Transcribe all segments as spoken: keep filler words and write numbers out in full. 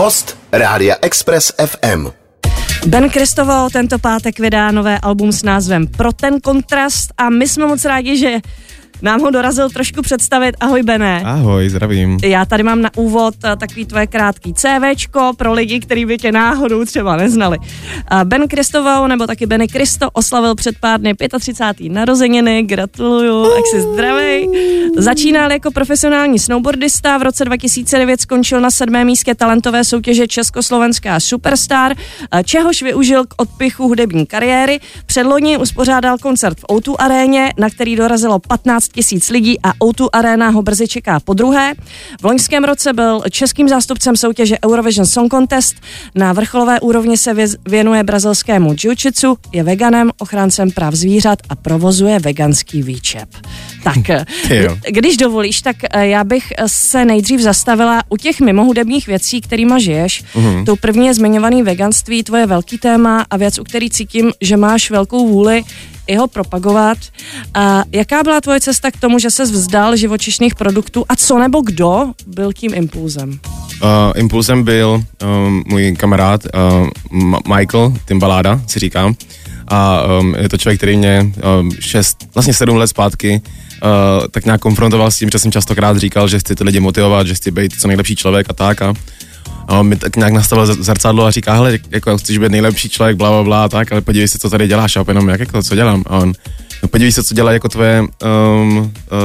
Host Rádia Express F M. Ben Christoval tento pátek vydá nové album s názvem Pro ten kontrast a my jsme moc rádi, že nám ho dorazil trošku představit. Ahoj, Bene. Ahoj, zdravím. Já tady mám na úvod takový tvoje krátký CVčko pro lidi, kteří by tě náhodou třeba neznali. Ben Christoval, nebo taky Benny Christo, oslavil před pár dny třicáté pátého narozeniny. Gratuluju, jak jsi zdravej. Začínal jako profesionální snowboardista, v roce dva tisíce devět skončil na sedmém místě talentové soutěže Československá Superstar, čehož využil k odpichu hudební kariéry. Předloni uspořádal koncert v ó dva aréně, na který dorazilo patnáct tisíc lidí a ó dva Arena ho brzy čeká po druhé. V loňském roce byl českým zástupcem soutěže Eurovision Song Contest. Na vrcholové úrovni se věnuje brazilskému jiu-jitsu, je veganem, ochráncem práv zvířat a provozuje veganský výčep. Tak, když dovolíš, tak já bych se nejdřív zastavila u těch mimohudebních věcí, kterýma žiješ. Mm-hmm. Tou první je zmiňovaný veganství, tvoje velký téma a věc, u který cítím, že máš velkou vůli jeho propagovat. A jaká byla tvoje cesta k tomu, že ses vzdal živočišných produktů a co nebo kdo byl tím impulzem? Uh, impulzem byl um, můj kamarád uh, Michael Timbaláda, si říkám. A um, je to člověk, který mě um, šest, vlastně sedm let zpátky uh, tak nějak konfrontoval s tím, že jsem častokrát říkal, že chci ty lidi motivovat, že chci být co nejlepší člověk a tak. A A on mi tak nějak nastavil zrcadlo a říká, hele, jako chceš být nejlepší člověk, bla, bla, bla, tak, ale podívej se, co tady děláš. A jenom, jak jako, co dělám? A on, no podívej se, co dělá jako tvoje, um,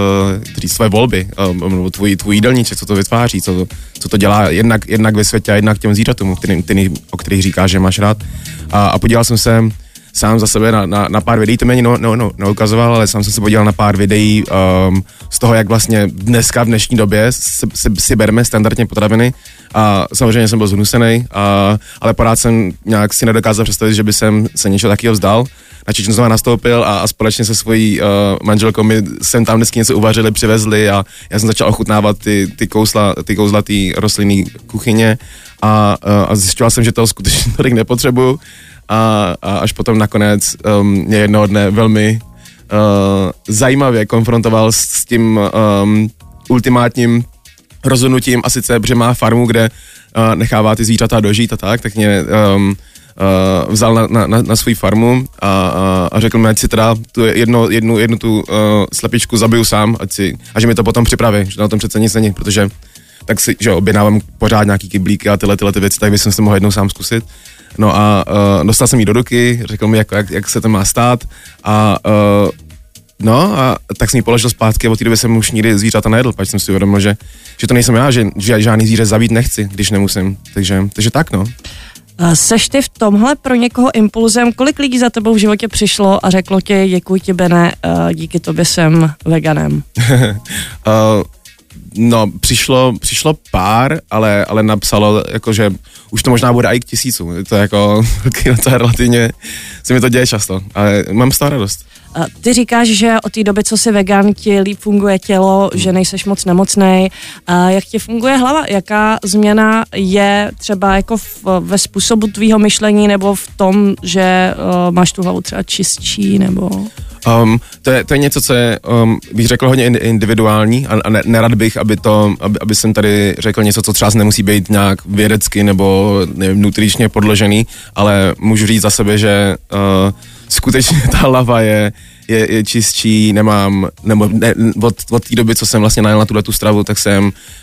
uh, říct, tvoje volby, um, tvůj, tvůj jídelníček, co to vytváří, co to, co to dělá jednak, jednak ve světě a jednak těm zvířatům, který, který, o kterých říkáš, že máš rád. A, a podíval jsem se sám za sebe na, na, na pár videí, to mě ani no, no, no, neukazoval, ale sám jsem se podíval na pár videí um, z toho, jak vlastně dneska, v dnešní době si, si, si bereme standardně potraviny a samozřejmě jsem byl zhnusený, a, ale pořád jsem nějak si nedokázal představit, že by jsem se něčeho takového vzdal. Načež jsem znovu nastoupil a, a společně se svojí uh, manželkou mi sem tam vždycky něco uvařili, přivezli a já jsem začal ochutnávat ty, ty kousla, ty kouzla té rostlinné kuchyně a, uh, a zjišťoval jsem, že toho skutečně tolik nepotřebuju. A, a až potom nakonec um, mě jednoho dne velmi uh, zajímavě konfrontoval s, s tím um, ultimátním rozhodnutím, a sice, protože má farmu, kde uh, nechává ty zvířata dožít a tak, tak mě um, uh, vzal na, na, na, na svou farmu a, a, a řekl mi, ať si teda tu jedno, jednu, jednu tu uh, slepičku zabiju sám, ať si, a že mi to potom připraví, že na tom přece nic není, protože tak si, že objednávám pořád nějaký kyblíky a tyhle, tyhle ty věci, tak bych jsem si mohl jednou sám zkusit. No a uh, dostal jsem jí do ruky, řekl mi, jako, jak, jak se to má stát a uh, no a tak jsem jí položil zpátky a od té doby jsem už nikdy zvířata nejedl, pak jsem si uvědomil, že, že to nejsem já, že, že žádný zvíře zabít nechci, když nemusím, takže, takže tak no. Seš ty v tomhle pro někoho impulzem? Kolik lidí za tebou v životě přišlo a řeklo ti, děkuji ti, Bene, uh, díky tobě jsem veganem? uh, No, přišlo, přišlo pár, ale, ale napsalo, jako, že už to možná bude i k tisícu. To je jako, to je relativně, se mi to děje často, ale mám z toho radost. Ty říkáš, že od té doby, co jsi vegan, ti líp funguje tělo, že nejseš moc nemocnej. Jak ti funguje hlava? Jaká změna je třeba jako v, ve způsobu tvýho myšlení nebo v tom, že uh, máš tu hlavu třeba čistší nebo... Um, to, je, to je něco, co je, um, bych řekl, hodně individuální a, a ne, nerad bych, aby, to, aby, aby jsem tady řekl něco, co třeba nemusí být nějak vědecky nebo nevím, nutričně podložený, ale můžu říct za sebe, že uh, skutečně ta hlava je, je, je čistší, nemám, nebo ne, od, od té doby, co jsem vlastně najel na tuhletu stravu, tak jsem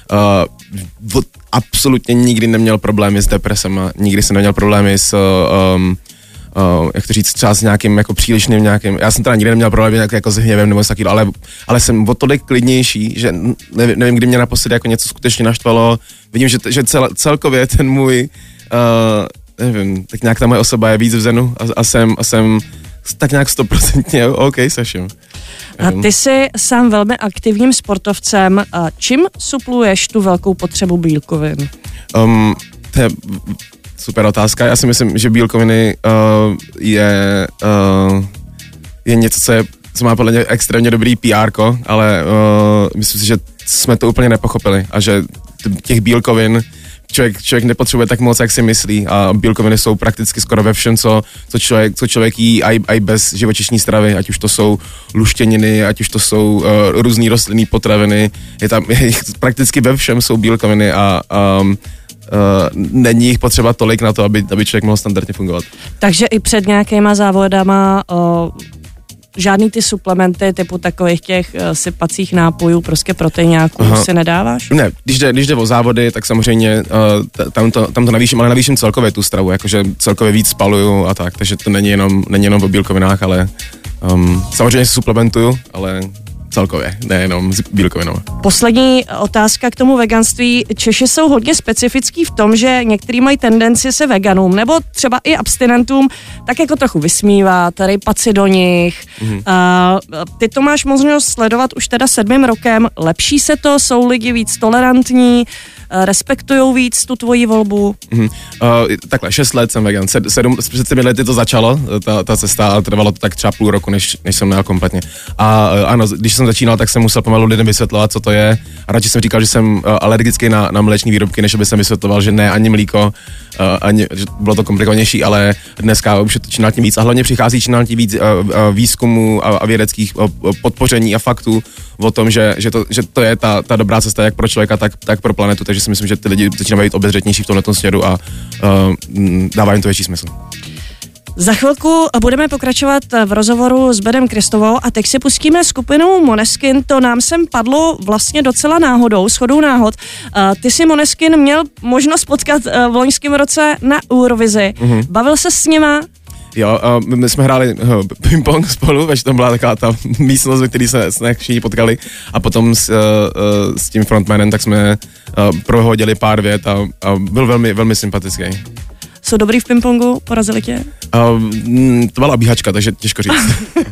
uh, od, absolutně nikdy neměl problémy s depresema, nikdy jsem neměl problémy s... Um, Uh, jak to říct, třeba s nějakým jako přílišným nějakým, já jsem teda nikdy neměl problémy jako, jako s hněvem nebo s takým, ale, ale jsem o tolik klidnější, že nevím, nevím, kdy mě naposledy jako něco skutečně naštvalo, vidím, že, že cel, celkově ten můj, uh, nevím, tak nějak ta moje osoba je víc v zenu a, a jsem, a jsem tak nějak stoprocentně OK se vším. A ty jsi sám velmi aktivním sportovcem, čím supluješ tu velkou potřebu bílkovin? Um, to je super otázka. Já si myslím, že bílkoviny uh, je, uh, je něco, co, je, co má podle mě extrémně dobrý P R ko, ale uh, myslím si, že jsme to úplně nepochopili a že těch bílkovin člověk, člověk nepotřebuje tak moc, jak si myslí a bílkoviny jsou prakticky skoro ve všem, co, co, člověk, co člověk jí, i bez živočišní stravy, ať už to jsou luštěniny, ať už to jsou uh, různý rostlinný potraviny, je tam je, prakticky ve všem jsou bílkoviny a um, uh, není jich potřeba tolik na to, aby, aby člověk mohl standardně fungovat. Takže i před nějakýma závodama uh, žádný ty suplementy typu takových těch uh, sypacích nápojů, prostě proteináků si nedáváš? Ne, když jde, když jde o závody, tak samozřejmě uh, tam, to, tam to navýším, ale navýším celkově tu stravu, jakože celkově víc spaluju a tak, takže to není jenom, není jenom o bílkovinách, ale um, samozřejmě se suplementuju, ale celkově, nejenom s bílkovinou. Poslední otázka k tomu veganství. Češi jsou hodně specifický v tom, že některý mají tendenci se veganům nebo třeba i abstinentům tak jako trochu vysmívat, rejpat si do nich. Mm-hmm. Uh, ty to máš možnost sledovat už teda sedmým rokem. Lepší se to? Jsou lidi víc tolerantní? Respektujou víc tu tvoji volbu? Mm-hmm. Uh, takhle, šest let jsem vegan, Sed, sedm, před sedmi lety to začalo, ta, ta cesta, ale trvalo to tak třeba půl roku, než, než jsem nejel kompletně. A uh, ano, když jsem začínal, tak jsem musel pomalu lidem vysvětlovat, co to je. A radši jsem říkal, že jsem uh, alergický na, na mléčné výrobky, než aby jsem vysvětloval, že ne ani mlíko, uh, ani, že bylo to komplikovanější, ale dneska už je to čím dál tím víc. A hlavně přichází čím dál tím víc uh, uh, výzkumů a, a vědeckých uh, podpoření a faktů o tom, že, že, to, že to je ta, ta dobrá cesta jak pro člověka, tak, tak pro planetu, takže si myslím, že ty lidi začínají být obezřetnější v tomto směru a uh, dává jim to větší smysl. Za chvilku budeme pokračovat v rozhovoru s Benem Kristovou a teď si pustíme skupinu Måneskin. To nám sem padlo vlastně docela náhodou, shodou náhod. Uh, ty si Måneskin měl možnost potkat uh, v loňském roce na Eurovizi. Uh-huh. Bavil se s nima? Jo, uh, my jsme hráli uh, ping-pong spolu, takže tam byla taková ta místnost, ve které se, se všichni potkali a potom s, uh, uh, s tím frontmanem tak jsme uh, prohodili pár vět a, a byl velmi, velmi sympatický. Jsou dobrý v pingpongu? Porazili tě? Uh, m, to byla obíhačka, takže těžko říct.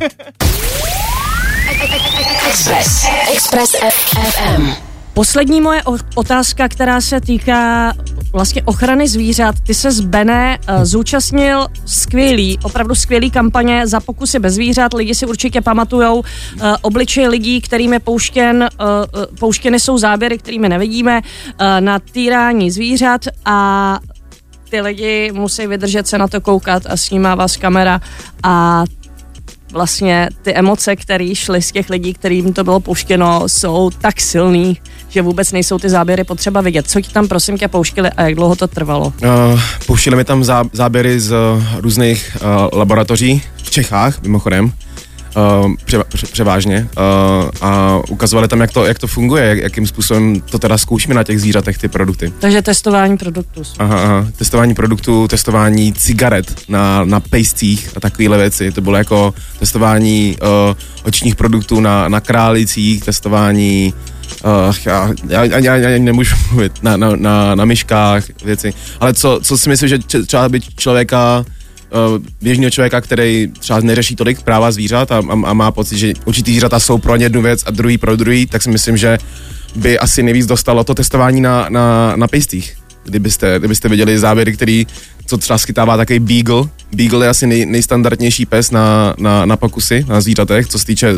Express. Express ef em. Poslední moje otázka, která se týká vlastně ochrany zvířat. Ty se z Bene uh, zúčastnil skvělý, opravdu skvělý kampaně za pokusy bez zvířat. Lidi si určitě pamatujou uh, obličeje lidí, kterým je pouštěn, uh, pouštěny jsou záběry, kterými nevidíme, uh, na týrání zvířat a ty lidi musí vydržet se na to koukat a snímá vás kamera a vlastně ty emoce, které šly z těch lidí, kterým to bylo puštěno, jsou tak silný, že vůbec nejsou ty záběry potřeba vidět. Co ti tam prosím tě pouštěli a jak dlouho to trvalo? Uh, pouštěli mi tam zá, záběry z uh, různých uh, laboratoří v Čechách, mimochodem. Uh, převa, pře, převážně uh, a ukazovali tam, jak to, jak to funguje, jak, jakým způsobem to teda zkoušíme na těch zvířatech, ty produkty. Takže testování produktů. Aha, aha, testování produktů, testování cigaret na, na pejscích a takovéhle věci. To bylo jako testování uh, očních produktů na, na králících, testování uh, já, já, já, já nemůžu mluvit, na, na, na, na myškách, věci. Ale co, co si myslím, že třeba by člověka běžného člověka, který třeba neřeší tolik práva zvířat a, a, a má pocit, že určitý zvířata jsou pro jednu věc a druhý pro druhý, tak si myslím, že by asi nejvíc dostalo to testování na, na, na pejstích. Kdybyste, kdybyste viděli záběry, který, co třeba schytává takový Beagle. Beagle je asi nej, nejstandardnější pes na, na, na pokusy, na zvířatech, co se týče uh,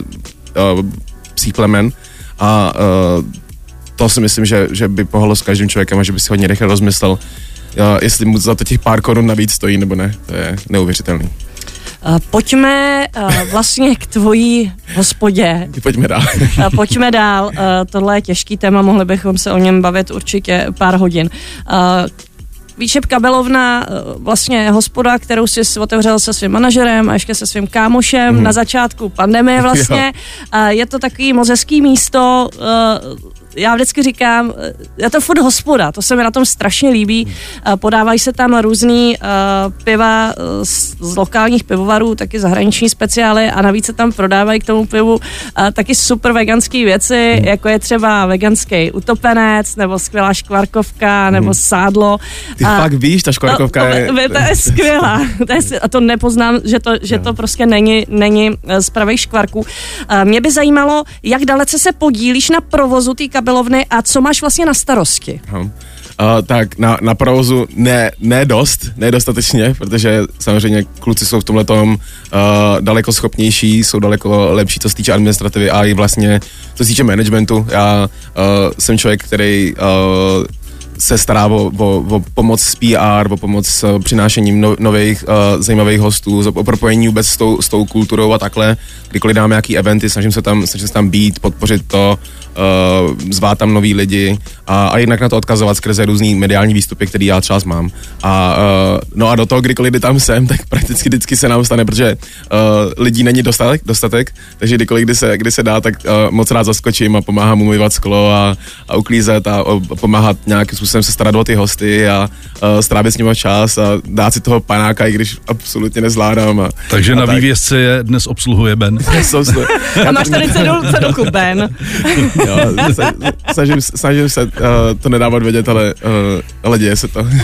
psích plemen. A uh, to si myslím, že, že by pohlo s každým člověkem a že by si hodně rychle rozmyslel, Uh, jestli mu za to těch pár korun navíc stojí, nebo ne. To je neuvěřitelný. Uh, pojďme uh, vlastně k tvojí hospodě. Pojďme dál. uh, pojďme dál. Uh, tohle je těžký téma, mohli bychom se o něm bavit určitě pár hodin. Uh, Výčep Kabelovna, vlastně hospoda, kterou jsi otevřel se svým manažerem a ještě se svým kámošem hmm. na začátku pandemie vlastně. Uh, je to takový moc hezký místo, uh, já vždycky říkám, je to furt hospoda, to se mi na tom strašně líbí. Podávají se tam různý uh, piva z, z lokálních pivovarů, taky zahraniční speciály a navíc se tam prodávají k tomu pivu uh, taky super veganské věci, mm. jako je třeba veganský utopenec, nebo skvělá škvarkovka, nebo mm. sádlo. Ty a, fakt víš, ta škvarkovka to, je... To, to je skvělá. To je, a to nepoznám, že to, že to prostě není, není z pravých škvarků. Uh, mě by zajímalo, jak dalece se podílíš na provozu té Kabelovny a co máš vlastně na starosti? Uh, tak na, na provozu ne, ne dost, ne dostatečně, protože samozřejmě kluci jsou v tomhletom uh, daleko schopnější, jsou daleko lepší, co se týče administrativy a i vlastně co se týče managementu. Já uh, jsem člověk, který uh, se stará o, o, o pomoc s P R, o pomoc s přinášením no, nových uh, zajímavých hostů, o propojení vůbec s tou, s tou kulturou a takhle. Kdykoliv dáme nějaký eventy, snažím se tam, snažím se tam být, podpořit to, uh, zvát tam nový lidi a, a jednak na to odkazovat skrze různý mediální výstupy, který já třeba mám. A, uh, no a do toho, kdykoliv kdy tam jsem, tak prakticky vždycky se nám stane, protože uh, lidí není dostatek, dostatek, takže kdykoliv kdy se, kdy se dá, tak uh, moc rád zaskočím a pomáhám umývat sklo a, a uklízet a, a pomáhat nějakým způsobem se starat o ty hosty a uh, strávit s nimi čas a dát si toho panáka, i když absolutně nezvládám. A, takže a na tak. vývězce je dnes obsluhuje Ben. A máš tady cedulku Ben. Jo, snažím, snažím se uh, to nedávat vědět, ale, uh, ale děje se to. uh,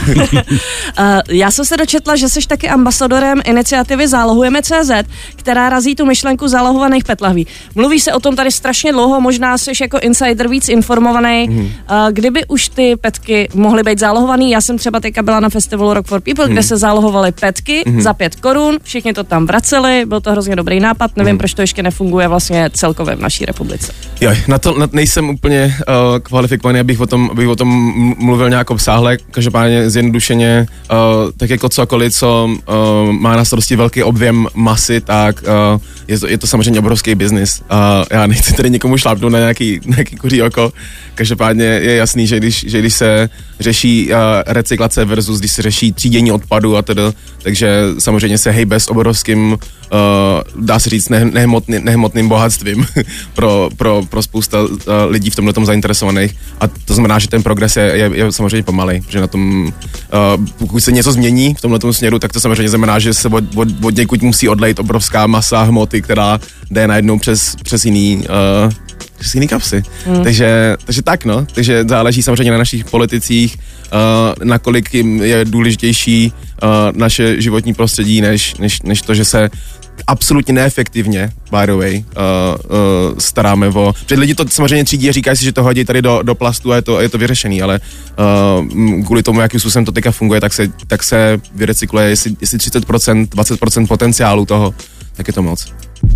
já jsem se dočetla, že jsi taky ambasadorem iniciativy Zálohujeme tečka cé zet, která razí tu myšlenku zálohovaných pet lahví. Mluví se o tom tady strašně dlouho, možná jsi jako insider víc informovaný. Mm. Uh, kdyby už ty petky mohly být zálohovaný, já jsem třeba teďka byla na festivalu Rock for People, mm. kde se zálohovaly petky mm. za pět korun, všichni to tam vraceli, byl to hrozně dobrý nápad, nevím, mm. proč to ještě nefunguje vlastně celkově v naší republice. Jo, na to na, nejsem úplně uh, kvalifikovaný, abych o tom, abych o tom mluvil nějak obsáhle, každopádně zjednodušeně, uh, tak jako cokoliv, co uh, má na starosti velký objem masy, tak uh, je, to, je to samozřejmě obrovský biznis. Uh, já nechci tady někomu šlápnout na nějaký, nějaký kuří oko, každopádně je jasný, že když, že když se řeší uh, recyklace versus když se řeší třídění odpadu a tedy, takže samozřejmě se hejbe s obrovským, uh, dá se říct, ne, nehmotný, nehmotným bohatstvím pro, pro, pro spousta uh, lidí v tomhle tom zainteresovaných a to znamená, že ten progres je, je, je samozřejmě pomalej, že na tom, uh, pokud se něco změní v tomhle směru, tak to samozřejmě znamená, že se od, od, od někud musí odlejt obrovská masa hmoty, která jde najednou přes, přes jiný uh, přes jiný kapsy. Hmm. Takže, takže tak no, takže záleží samozřejmě na našich politicích, uh, nakolik jim je důležitější uh, naše životní prostředí, než, než, než to, že se absolutně neefektivně, by the way, uh, uh, staráme o... Před lidi to samozřejmě třídí a říkají si, že to hodí tady do, do plastu a je to, je to vyřešený, ale uh, kvůli tomu, jakým způsobem to teďka funguje, tak se, tak se vyrecykluje, jestli, jestli třicet procent, dvacet procent potenciálu toho, tak je to moc.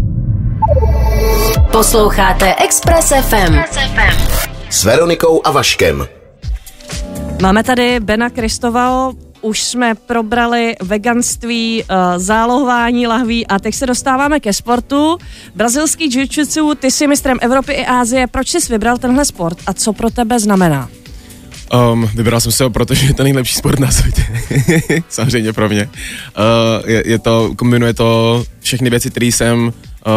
Posloucháte Express ef em s Veronikou a Vaškem. Máme tady Bena Kristovao, už jsme probrali veganství, zálohování lahví a teď se dostáváme ke sportu. Brazilský jiu-jitsu, ty jsi mistrem Evropy i Asie. Proč jsi vybral tenhle sport a co pro tebe znamená? Um, vybral jsem se ho, protože je to nejlepší sport na světě. Samozřejmě pro mě. Uh, je, je to, kombinuje to všechny věci, které jsem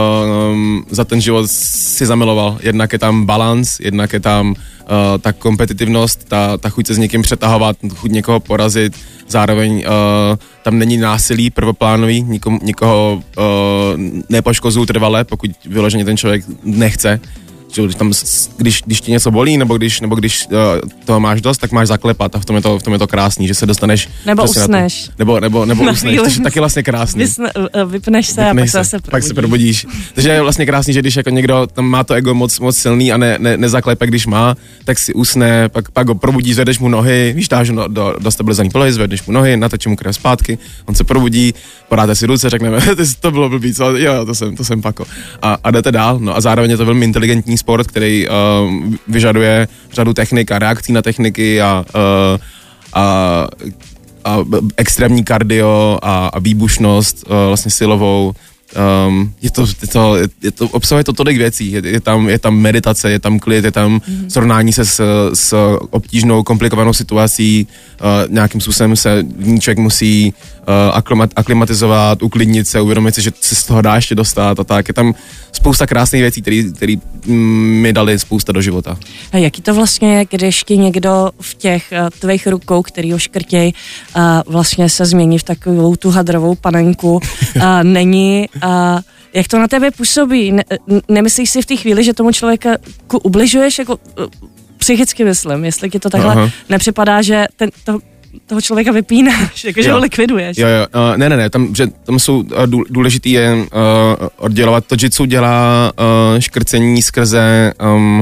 um, za ten život si zamiloval. Jednak je tam balans, jednak je tam uh, ta kompetitivnost, ta, ta chuť se s někým přetahovat, chuť někoho porazit. Zároveň uh, tam není násilí prvoplánový, nikom, nikoho uh, nepoškozují trvale, pokud vyloženě ten člověk nechce. Když, tam, když, když ti něco bolí, nebo když, nebo když uh, toho máš dost, tak máš zaklepat a v tom je to, v tom je to krásný, že se dostaneš... Nebo usneš. Nebo, nebo, nebo usneš, což je taky vlastně krásný. Vysne, vypneš se vypneš a pak se zase probudíš. Pak se probudíš. Takže je vlastně krásný, že když jako někdo tam má to ego moc, moc silný a ne, ne, nezaklepe, když má, tak si usne, pak, pak ho probudí, zvedeš mu nohy, víš, dáš do, do, do stabilizovaný polohy, zvedeš mu nohy, natačí mu krev zpátky, on se probudí, podáte si ruce, řekneme, to bylo blbý, co? Jo, to jsem, to jsem pako. A, a jdete dál, no a zároveň je to velmi inteligentní sport, který uh, vyžaduje řadu technik a reakcí na techniky a, uh, a, a extrémní kardio a, a výbušnost uh, vlastně silovou. Um, je to, je to, je to, obsahuje to tolik věcí, je, je, tam, je tam meditace, je tam klid, je tam mm. srovnání se s, s obtížnou, komplikovanou situací, uh, nějakým způsobem se člověk musí uh, aklimat, aklimatizovat, uklidnit se, uvědomit si, že se z toho dá ještě dostat a tak. Je tam spousta krásných věcí, které mi dali spousta do života. A jaký to vlastně je, když ti někdo v těch uh, tvých rukou, který ho škrtěj, uh, vlastně se změní v takovou tu hadrovou panenku, uh, není... Uh, jak to na tebe působí? Ne, nemyslíš si v té chvíli, že tomu člověku ubližuješ? Jako, uh, psychicky myslím, jestli ti to takhle Aha. nepřipadá, že ten, to, toho člověka vypínáš, jako, že ho likviduješ. Jo, jo, uh, ne, ne, ne, tam, že, tam jsou uh, důležitý je uh, oddělovat. To jitsu dělá uh, škrcení skrze um,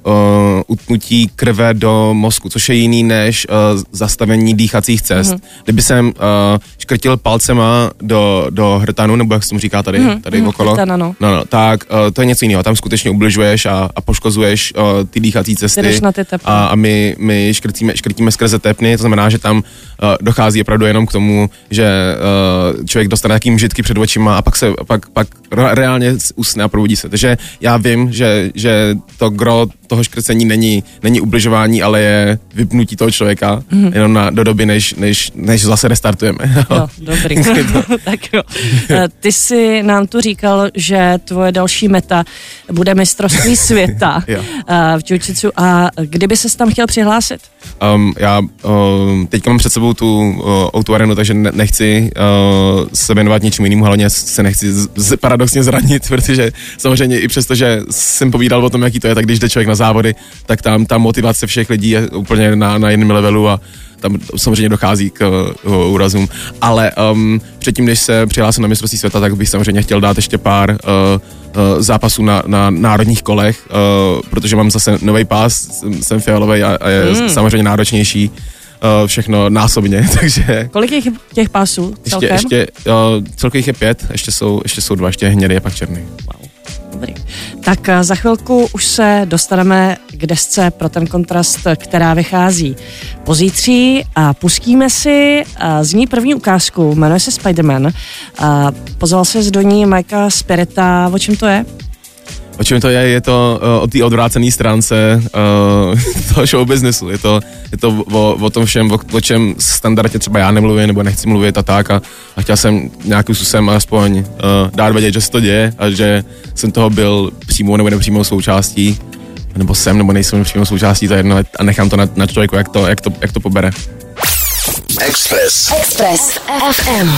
uh, utnutí krve do mozku, což je jiný než uh, zastavení dýchacích cest. Mm-hmm. Kdyby jsem uh, škrtil palcema do, do hrtanu, nebo jak se tomu říká tady, mm-hmm. tady mm-hmm. okolo, Hrtana, no. No, no, tak uh, to je něco jiného. Tam skutečně ubližuješ a, a poškozuješ uh, ty dýchací cesty na ty a, a my, my škrtíme, škrtíme skrze tepny, to znamená, že tam uh, dochází opravdu jenom k tomu, že uh, člověk dostane taký mžitky před očima a pak se pak, pak reálně usne a probudí se. Takže já vím, že, že to gro toho škrcení není, není ubližování, ale je vypnutí toho člověka mm-hmm. jenom na, do doby, než, než, než zase restartujeme. No, dobrý. Tak jo. Ty jsi nám tu říkal, že tvoje další meta bude mistrovství světa v jiu-jitsu a kdyby ses tam chtěl přihlásit? Um, já um, teďka mám před sebou tu uh, O dva arenu, takže ne, nechci uh, se věnovat něčemu jinému, hlavně se nechci z, z, paradoxně zranit, protože samozřejmě i přesto, že jsem povídal o tom, jaký to je, tak když jde člověk na závody, tak tam ta motivace všech lidí je úplně na, na jiném levelu a tam samozřejmě dochází k uh, úrazům. Ale um, předtím, než se přihlásím na mistrovství světa, tak bych samozřejmě chtěl dát ještě pár uh, uh, zápasů na, na národních kolech, uh, protože mám zase nový pás, jsem, jsem fialový a, a je mm. samozřejmě náročnější. Uh, všechno násobně, takže... Kolik je těch pásů celkem? Ještě, ještě uh, celkových je pět, ještě jsou, ještě jsou dva, ještě hnědý a pak černý. Wow. Dobrý. Tak za chvilku už se dostaneme k desce Pro ten kontrast, která vychází pozítří a pustíme si z ní první ukázku, jmenuje se Spider-Man. A pozval se do ní Mikea Spirita, o čem to je? O čem to je? Je to uh, o té odvrácené stránce uh, toho show businessu. Je to, je to o, o tom všem, o, o čem standardně třeba já nemluvím nebo nechci mluvit a tak a, a chtěl jsem nějakým způsobem aspoň uh, dát vědět, že se to děje a že jsem toho byl přímou nebo nepřímou součástí, nebo jsem nebo nejsem přímou součástí, to je jedno a nechám to na, na člověku, jak to, jak, to, jak to pobere. Express. Express ef em.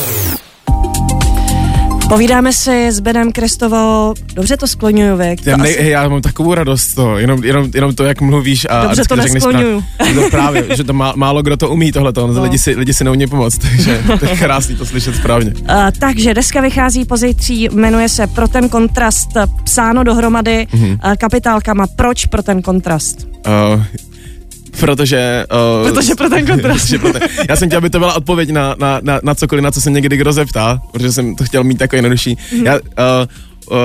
Povídáme si s Benem Kristovou, dobře to skloňuju, Vek. Já, asi... já mám takovou radost to, jenom, jenom, jenom to, jak mluvíš a dobře to neskloňuju. No právě, že to má, málo kdo to umí tohleto, no. lidi, si, lidi si neumí pomoct, takže to je krásný to slyšet správně. Uh, takže deska vychází pozítří, jmenuje se Pro ten kontrast, psáno dohromady mm-hmm. uh, kapitálkama. Proč Pro ten kontrast? Uh, Protože... Uh, protože pro ten kontrast. pro ten, já jsem chtěl, aby to byla odpověď na, na, na, na cokoliv, na co se někdy kdo zeptá, protože jsem to chtěl mít takový jednodušší. Mm-hmm. Já, uh, uh,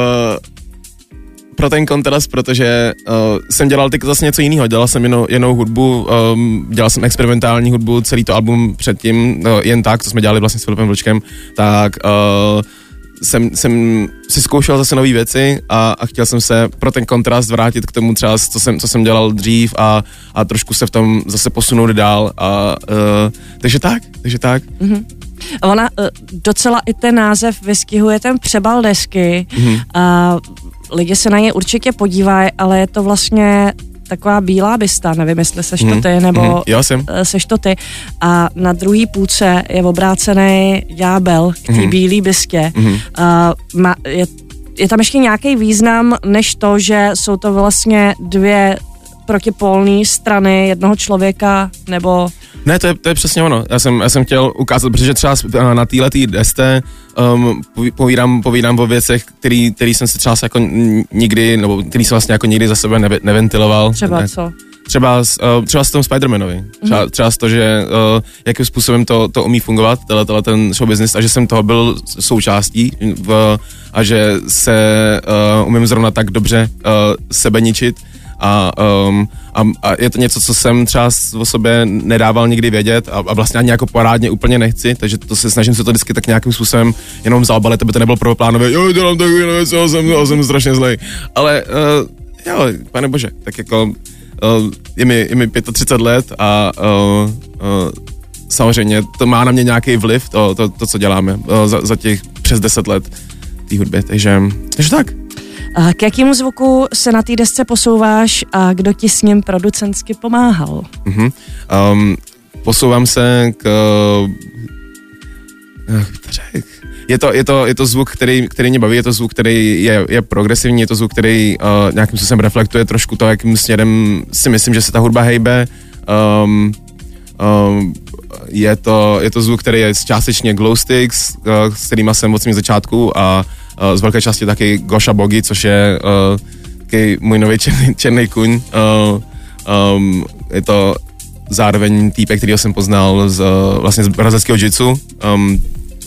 pro ten kontrast, protože uh, jsem dělal teď zase něco jiného. Dělal jsem jinou, jinou hudbu, um, dělal jsem experimentální hudbu, celý to album předtím, uh, jen tak, co jsme dělali vlastně s Filipem Vlčkem, tak... Uh, Jsem, jsem si zkoušel zase nové věci a, a chtěl jsem se pro ten kontrast vrátit k tomu třeba, co jsem, co jsem dělal dřív a, a trošku se v tom zase posunout dál a uh, takže tak, takže tak. Mm-hmm. Ona uh, docela i ten název vystihuje ten přebal desky mm-hmm. a lidi se na ně určitě podívají, ale je to vlastně taková bílá bysta, nevím, jestli seš to ty, nebo mm, jo, jsem. seš to ty. A na druhý půlce je obrácený ďábel k té mm. bílé bystě. Mm. Uh, má, je, je tam ještě nějaký význam, než to, že jsou to vlastně dvě protipolné strany jednoho člověka, nebo... Ne, to je, to je přesně ono. Já jsem, já jsem chtěl ukázat, protože třeba na téhletý desce um, povídám, povídám o věcech, který, který jsem si třeba jako nikdy, nebo který jsem vlastně jako nikdy za sebe neve, neventiloval. Třeba ne, co? Třeba, uh, třeba s tom Spider-Manovi. Třeba, mm-hmm. třeba s to, že uh, jakým způsobem to, to umí fungovat, tenhle, tenhle ten show business, a že jsem toho byl součástí v, a že se uh, umím zrovna tak dobře uh, sebe ničit. A, um, a, a je to něco, co jsem třeba o sobě nedával nikdy vědět a, a vlastně ani jako parádně úplně nechci, takže to se snažím se to vždycky tak nějakým způsobem jenom zaobalit, aby to nebylo prvoplánově, jo, dělám takovýhle věc, já jsem, já jsem strašně zlej. Ale uh, jo, pane bože, tak jako uh, je mi, je mi třicet pět let a uh, uh, samozřejmě to má na mě nějaký vliv, to, to, to co děláme uh, za, za těch přes deset let té hudby, takže, takže tak. K jakému zvuku se na té desce posouváš a kdo ti s ním producentsky pomáhal? Uh-huh. Um, posouvám se k... Je to, je to, je to zvuk, který, který mě baví, je to zvuk, který je, je progresivní, je to zvuk, který uh, nějakým způsobem reflektuje trošku to, jakým směrem si myslím, že se ta hudba hejbe. Um, um, je, to, je to zvuk, který je částečně glow sticks, uh, s kterýma jsem od svým začátku a z velké části taky Gosha Bogi, což je uh, taky můj nový černý, černý kuň. Uh, um, je to zároveň týpek, kterýho jsem poznal z, vlastně z brazilského jiu-jitsu. Um,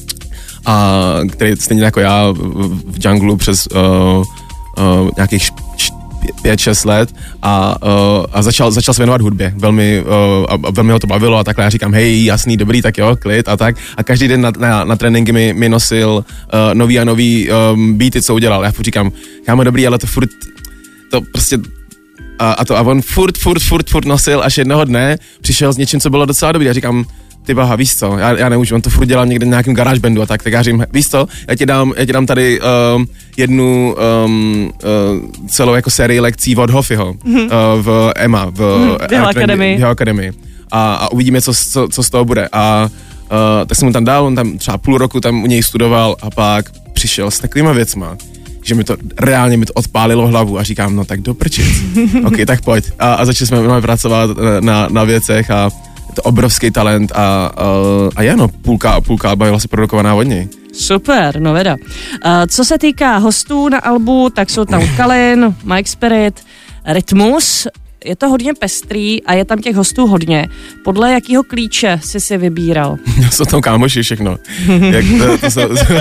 a který stejně jako já v džunglu přes uh, uh, nějakých pět šest let a, uh, a začal, začal se věnovat hudbě. Velmi, uh, a velmi ho to bavilo a takhle já říkám, hej, jasný, dobrý, tak jo, klid a tak. A každý den na, na, na tréninky mi, mi nosil uh, nový a nový um, beaty, co udělal. Já furt říkám, kámo, dobrý, ale to furt, to prostě a, a to a on furt, furt, furt, furt nosil, až jednoho dne přišel s něčím, co bylo docela dobrý. Já říkám, ty baha, víš co, já, já nemůžu, on to furt dělal někde na nějakém GarageBandu a tak, tak já říkám, víš co, já ti dám, já ti dám tady um, jednu um, uh, celou jako sérii lekcí od Hoffyho mm-hmm. uh, v E M A, v, mm, v jeho akademii. V jeho akademii. A, a uvidíme, co, co, co z toho bude. A uh, tak jsem mu tam dal, on tam třeba půl roku tam u něj studoval a pak přišel s takovýma věcma, že mi to reálně mi to odpálilo hlavu a říkám, no tak do prčic. OK, tak pojď. A, a začali jsme pracovat na, na věcech a je to obrovský talent a, a, a je no, půlka, půlka alba je vlastně produkovaná od něj. Super, no věda. Uh, co se týká hostů na albu, tak jsou tam Kalin, Mike Spirit, Rytmus. Je to hodně pestrý a je tam těch hostů hodně. Podle jakého klíče jsi si vybíral? Jsou tam kámoši všechno. Jak to, to jsou,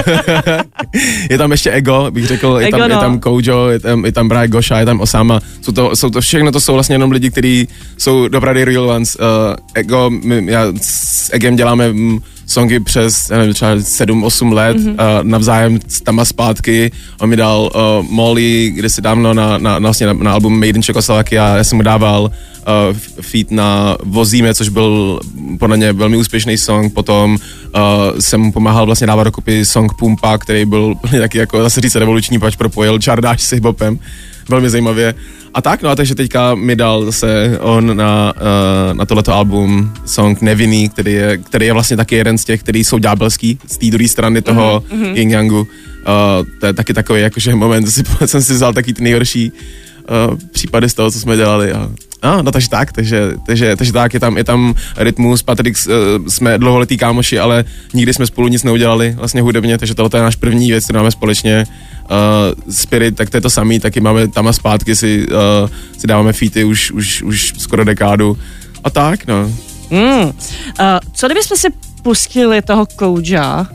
je tam ještě Ego, bych řekl, je, Ego, tam, no. je tam Kojo, je tam, je tam Brian Gosha, je tam Osama. Jsou to, jsou to všechno, to jsou vlastně jenom lidi, kteří jsou opravdu real ones. Uh, Ego, my, já s Egem děláme m, songy přes, já nevím, třeba sedm osm let, mm-hmm. uh, navzájem tam a zpátky. On mi dal uh, Molly, kde si dávno na, na, na, vlastně na, na album Made in Czechoslovakia, já jsem mu dával uh, feat na Vozíme, což byl podle mě velmi úspěšný song. Potom uh, jsem mu pomáhal vlastně dávat dokupy song Pumpa, který byl taky jako zase říct revoluční, pač propojil čardáš s hiphopem. Velmi zajímavě. A tak, no a takže teďka mi dal zase on na, uh, na tohleto album song Nevinný, který je, který je vlastně taky jeden z těch, který jsou ďábelský, z té druhé strany toho mm-hmm. Yin Yangu. Uh, to je taky takový jakože moment, si, jsem si vzal taky ty nejhorší uh, případy z toho, co jsme dělali. A, a, no takže tak, takže, takže, takže tak, je tam, je tam Rytmus, Patrik, uh, jsme dlouholetí kámoši, ale nikdy jsme spolu nic neudělali vlastně hudebně, takže tohle je náš první věc, kterou máme společně. Uh, Spirit, tak to je to samý, taky máme tam a zpátky si, uh, si dáváme featy už, už, už skoro dekádu. A tak, no. Mm. Uh, co kdybychom si pustili toho Koja? Uh,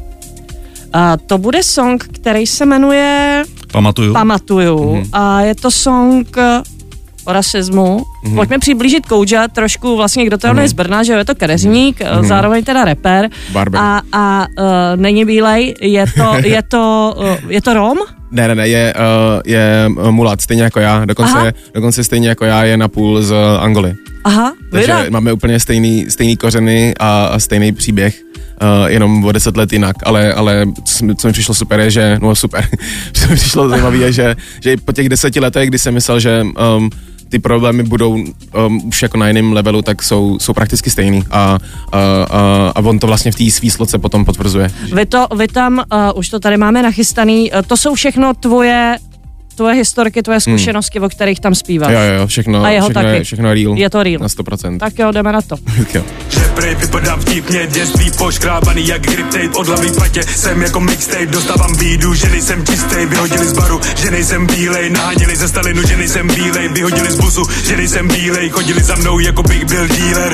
to bude song, který se jmenuje Pamatuju. Pamatuju. Mm-hmm. A je to song o rasismu. Mm-hmm. Pojďme přiblížit Koja trošku, vlastně kdo to mm-hmm. je z Brna, že je to kadeřník, mm-hmm. zároveň teda rapper. Barber. A, a uh, není bílej, je to, je to, uh, je to Rom? Ne, ne, ne, je, uh, je mulat, stejně jako já, dokonce, dokonce stejně jako já je napůl z Angoly. Aha, takže vyda. Máme úplně stejný, stejný kořeny a, a stejný příběh, uh, jenom o deset let jinak, ale, ale co, mi, co mi přišlo super je, že, no super, co mi přišlo zajímavé je, že, že po těch deseti letech, kdy jsem myslel, že um, ty problémy budou um, už jako na jiném levelu, tak jsou, jsou prakticky stejný a, a, a, a on to vlastně v té svý sloce potom potvrzuje. Vy, to, vy tam, uh, už to tady máme nachystaný, uh, to jsou všechno tvoje tvoje historky, tvoje zkušenosti, hmm. o kterých tam zpíváš. Jo, jo, všechno, a jeho všechno, taky. Je, všechno je real. Je to real. Na sto procent. Tak jo, jdeme na to. jo. Prej vypadám vtipně, dětství poškrábaný jak grip tape, od hlavy patě, jsem jako mixtape, dostávám bídu, že nejsem čistej, vyhodili z baru, že nejsem bílej, naháněli ze Stalinu, že nejsem bílej, vyhodili z busu, že nejsem bílej, chodili za mnou jako bych byl dealer.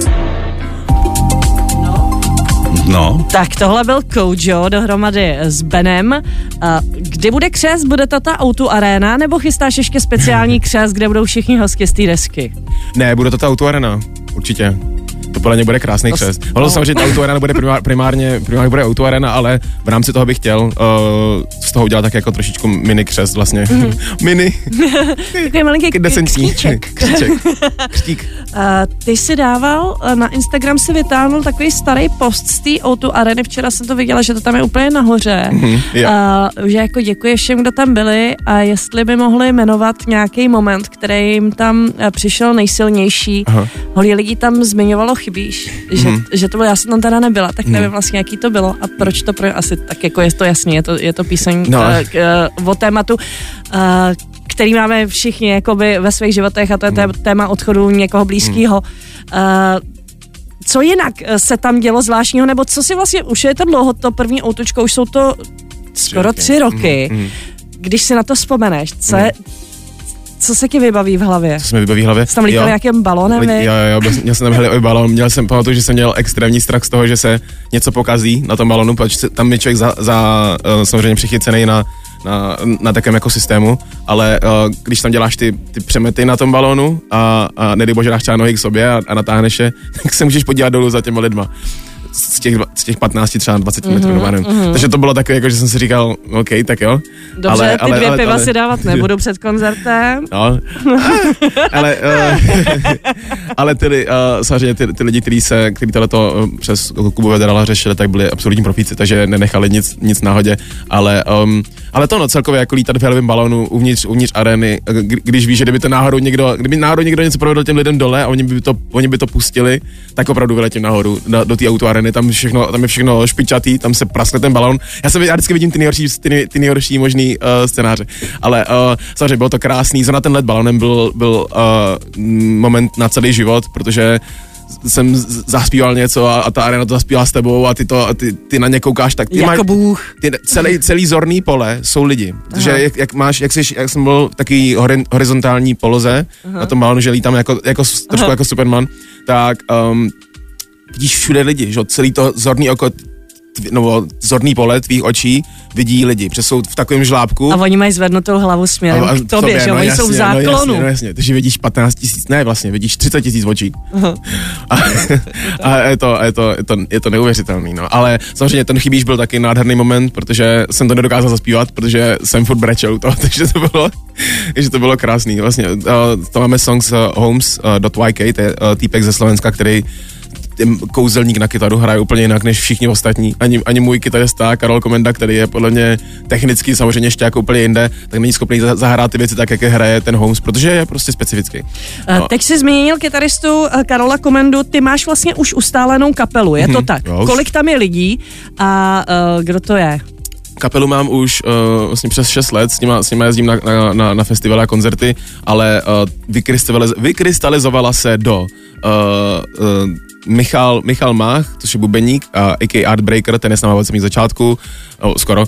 No. Tak tohle byl Kojo dohromady s Benem. Kdy bude křest? Bude to ta Auto Arena, nebo chystáš ještě speciální křest, kde budou všichni hosti z té desky? Ne, bude to ta Auto Arena, určitě. To podle mě bude krásný to křest. Ono samozřejmě ta Auto Arena bude primár, primárně, primárně bude Auto Arena, ale v rámci toho bych chtěl uh, z toho udělat tak jako trošičku mini křest vlastně. Mm. mini. Takový malinký kříček. Kříček. Křtík. Uh, ty jsi dával, uh, na Instagram si vytáhnul takový starý post z té Auto Areny, včera jsem to viděla, že to tam je úplně nahoře. Mm, yeah. uh, že jako děkuji všem, kdo tam byli a jestli by mohli jmenovat nějaký moment, který jim tam uh, přišel nejsilnější. Aha. Holí lidí tam zmiňovalo chybíš, že, mm. že to bylo, já jsem tam teda nebyla, tak nevím vlastně, jaký to bylo a proč to pro, asi tak jako je to jasný, je to, je to píseň no. k, k, o tématu, uh, který máme všichni jakoby ve svých životech a to je mm. téma odchodu někoho blízkého. Mm. Uh, co jinak se tam dělo zvláštního, nebo co si vlastně, už je to dlouho, to první outučko, už jsou to skoro tři roky, mm. když si na to vzpomeneš, co je, co se ti vybaví v hlavě? Co se mi vybaví v hlavě? Jsi tam líkal nějakým balonem, jo, vy? jo, jo, měl jsem tam helikopter balon, měl jsem, pamatuju, že jsem měl extrémní strach z toho, že se něco pokazí na tom balonu, protože tam je člověk za, za uh, samozřejmě přichycený na na, na takovém jako systému, ale uh, když tam děláš ty, ty přemety na tom balónu a, a nedej bože dáš třeba nohy k sobě a, a natáhneš je, tak se můžeš podívat dolů za těma lidma. Z těch, z těch patnáct, třeba dvacet mm-hmm, metrů, nevím. Mm-hmm. Takže to bylo takové, jako, že jsem si říkal, OK, tak jo. Dobře, ale, ty ale, dvě ale, piva ale, si dávat nebudu před koncertem. No, ale, uh, ale tedy, uh, samozřejmě ty, ty lidi, kteří se, kteří tohleto uh, přes Kubu Vederala řešili, tak byli absolutní profíci, takže nenechali nic, nic náhodě, ale, um, ale to no, celkově jako lítat v helovém balónu uvnitř, uvnitř arény, kdy, když víš, že kdyby to náhodou někdo, kdyby náhodou někdo něco provedl těm lidem dole a oni by to, oni by to pustili, tak opravdu vyletím nahoru do, do té autoarény. Tam, všechno, tam je všechno špičatý, tam se praskne ten balón. Já, se, já vždycky vidím ty nejhorší, ty, ty nejhorší možný uh, scénáře. Ale uh, samozřejmě bylo to krásný. Zrovna ten let balónem byl, byl uh, moment na celý život, protože jsem zaspíval něco a, a ta arena to zaspívala s tebou a ty, to, a ty, ty na ně koukáš, tak ty jako máš, Bůh. Ty, celý, celý zorný pole jsou lidi. Protože jak, jak máš, jak, jsi, jak jsem byl v takový hori, horizontální poloze Aha. na tom balónu, že lítám jako, jako, trošku Aha. jako Superman, tak um, vidíš všude lidi, že celý to zorný oko, nebo zorný pole tvých očí vidí lidi, protože jsou v takovém žlábku. A oni mají zvednutou hlavu směrem a, a k tobě, že no, oni jasně, jsou v záklonu. No jasně, no jasně, takže vidíš patnáct tisíc, ne vlastně, vidíš třicet tisíc očí. A, a je, to, je, to, je, to, je to neuvěřitelný, no. Ale samozřejmě ten chybíš byl taky nádherný moment, protože jsem to nedokázal zaspívat, protože jsem furt brečel to, takže to bylo, takže to bylo krásný. Vlastně, uh, to máme song z uh, Homes dot Y K, to je uh, týpek ze Slovenska, který ten kouzelník na kytaru hraje úplně jinak než všichni ostatní. Ani, ani můj kytarista Karol Komenda, který je podle mě technicky samozřejmě ještě jako úplně jinde, tak není schopný zahrát ty věci tak, jak je hraje ten Holmes, protože je prostě specifický. No. Teď jsi zmínil kytaristu Karola Komendu, ty máš vlastně už ustálenou kapelu, je to hmm, tak? Jo. Kolik tam je lidí a uh, kdo to je? Kapelu mám už uh, vlastně přes šest let, s nima, s nima jezdím na, na, na, na festivaly a koncerty, ale uh, vykrystaliz, vykrystalizovala se do uh, uh, Michal, Michal Mach, což je bubeník, uh, a ká Artbreaker, ten je s náma od samých začátku, oh, skoro,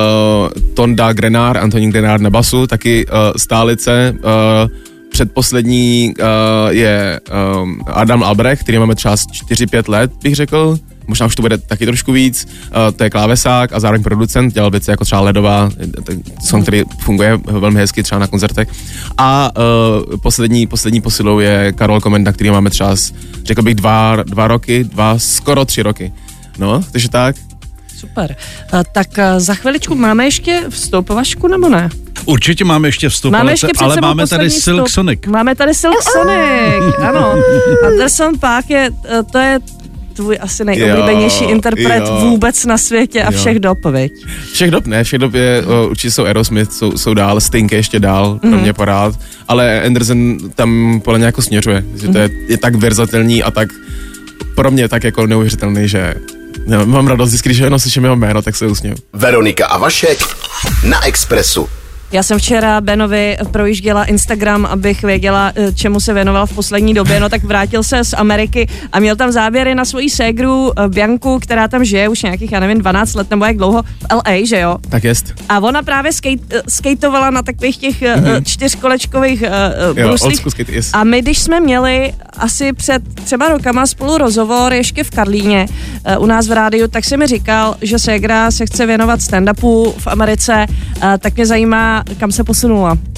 uh, Tonda Grenár, Antonín Grenár na basu, taky uh, stálice, uh, předposlední uh, je um, Adam Albrecht, který máme třeba čtyři pět let, bych řekl, možná už to bude taky trošku víc, uh, to je klávesák a zároveň producent, dělal věci jako třeba Ledová, song, který funguje velmi hezky třeba na koncertech. A uh, poslední, poslední posilou je Karol Komenda, který máme třeba, řekl bych, dva, dva roky, dva, skoro tři roky. No, takže tak. Super. Uh, tak uh, za chviličku máme ještě vstoupovačku, nebo ne? Určitě máme ještě vstup, máme ale, ještě ale máme tady Silk Sonic. Máme tady Silk Sonic, ano. Anderson Paak je, to je tvůj asi nejoblíbenější jo, interpret jo. vůbec na světě a všech jo. dob, viď? Všech dob ne, všech dob je, uh, určitě jsou Aerosmith, jsou, jsou dál, Sting je ještě dál, mm-hmm. pro mě porád, ale Anderson tam podle mě jako směřuje, že to je, je tak verzatilní a tak pro mě tak jako neuvěřitelný, že já mám radost, když jenom slyším jeho jméno, tak se usměju. Veronika a Vašek na Expressu. Já jsem včera Benovi projížděla Instagram, abych věděla, čemu se věnoval v poslední době, no tak vrátil se z Ameriky a měl tam záběry na svoji ségru Bianku, která tam žije už nějakých, já nevím, dvanáct let nebo jak dlouho, v L A, že jo? Tak jest. A ona právě skate, skateovala na takových těch mm-hmm. čtyřkolečkových uh, bruslích. Skate, yes. A my, když jsme měli asi před třeba rokama spolu rozhovor ještě v Karlíně uh, u nás v rádiu, tak si mi říkal, že ségra se chce věnovat stand-upu v Americe, uh, tak mě zajímá, kam se posunula? Uh,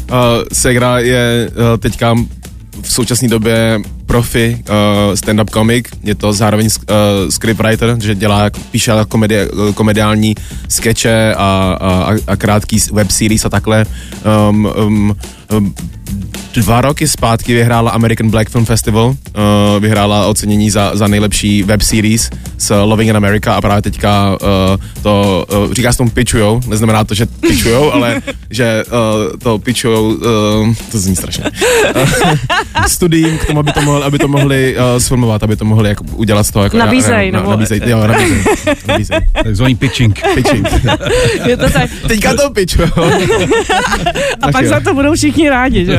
ségra je uh, teďka v současné době profi uh, stand-up komik, je to zároveň uh, scriptwriter, že dělá, píše komedi, komediální skeče a, a, a krátký web series a takhle. Um, um, um, Dva roky zpátky vyhrála American Black Film Festival, uh, vyhrála ocenění za, za nejlepší web series s Loving in America a právě teďka uh, to, uh, říká se tomu pitchujou, neznamená to, že pitchujou, ale že uh, to pitchujou, uh, to zní strašně, uh, studiím k tomu, aby to, mohli, aby to mohli uh, sfilmovat, aby to mohli jako udělat z toho. Jako, nabízej, na, nebo... Nabízej, jo, nabízej. nabízej. Takzvaný pitching. Pitching. Je to tak. Teďka to pitchujou. A pak jo. za to budou všichni rádi, že jo?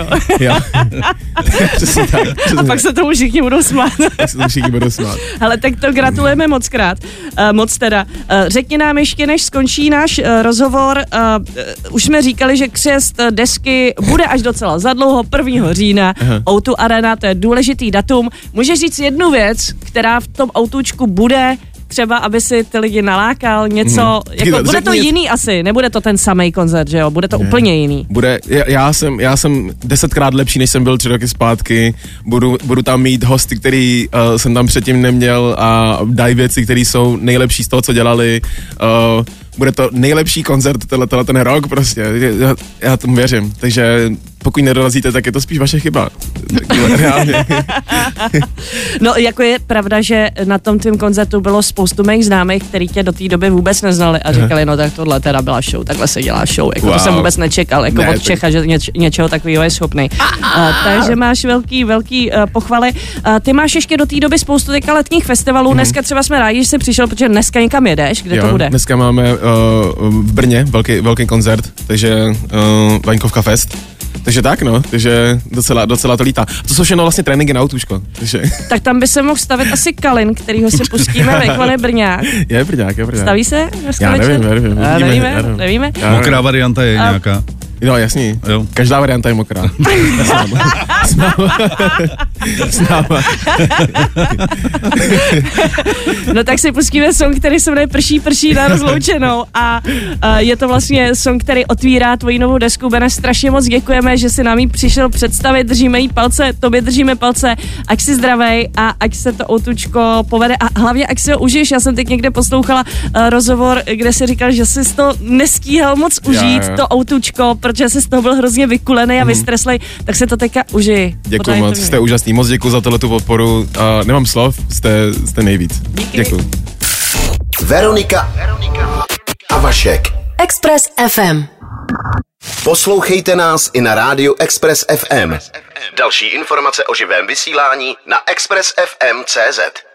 přesně tak. Přesně a pak se tomu všichni budou smát. tak se tomu všichni budou smát. Ale tak to gratulujeme děkujeme moc krát. Uh, moc teda. Uh, řekni nám ještě, než skončí náš uh, rozhovor, uh, uh, už jsme říkali, že křest desky bude až docela zadlouho, prvního října. Aha. ó dva Arena, to je důležitý datum. Můžeš říct jednu věc, která v tom autůčku bude, třeba, aby si ty lidi nalákal něco, hmm. jako, bude to jiný asi, nebude to ten samej koncert, že jo, bude to ne. úplně jiný. Bude, já jsem, já jsem desetkrát lepší, než jsem byl tři roky zpátky, budu, budu tam mít hosty, který uh, jsem tam předtím neměl a dají věci, které jsou nejlepší z toho, co dělali, uh, bude to nejlepší koncert tenhle, tenhle ten rok prostě, já, já tomu věřím, takže pokud nedorazíte, tak je to spíš vaše chyba. Reálně. No, jako je pravda, že na tom tvým koncertu bylo spoustu mých známých, který tě do té doby vůbec neznali a říkali, no tak tohle teda byla show, takhle se dělá show. Jako wow. To jsem vůbec nečekal, jako ne, od Čecha, tak... že něč, něčeho takového je schopný. Uh, takže máš velký, velký uh, pochvaly. Uh, ty máš ještě do té doby spoustu teďka letních festivalů. Mm-hmm. Dneska třeba jsme rádi, že jsi přišel, protože dneska někam jedeš, kde jo, to bude? Dneska máme uh, v Brně velký, velký koncert, takže uh, Vaňkovka Fest. Takže tak, no, takže docela, docela to lítá. To jsou všechno vlastně tréninky na autůčko. Takže... Tak tam by se mohl stavit asi Kalin, kterýho si pustíme, jak je Brňák. Je Brňák, je Brňák. Staví se? Já nevím, nevím, nevíme, nevíme, já nevím. nevíme. Já Mokrá nevím. Varianta je A... nějaká. No, jasný. Jo. Každá varianta je mokrá. S náma. S náma. No tak si pustíme song, který se jmenuje Prší, prší na rozloučenou a uh, je to vlastně song, který otvírá tvoji novou desku. Bene, strašně moc děkujeme, že si nám ji přišel představit, držíme jí palce, tobě držíme palce, ať si zdravej a ať se to autůčko povede a hlavně ať si ho užiješ. Já jsem teď někde poslouchala uh, rozhovor, kde si říkal, že jsi to nestíhal moc užít, já, já. to autůčko, protože jsi z toho byl hrozně vykulený a mm. vystreslej, tak se to teďka užij. Děkuji moc, jste úžasný, moc děkuji za tohletu podporu, uh, nemám slov, jste, jste nejvíc. Díky. Děkuji. Veronika, Veronika a Vašek. Express ef em. Poslouchejte nás i na rádiu Express ef em. Další informace o živém vysílání na express ef em tečka cé zet.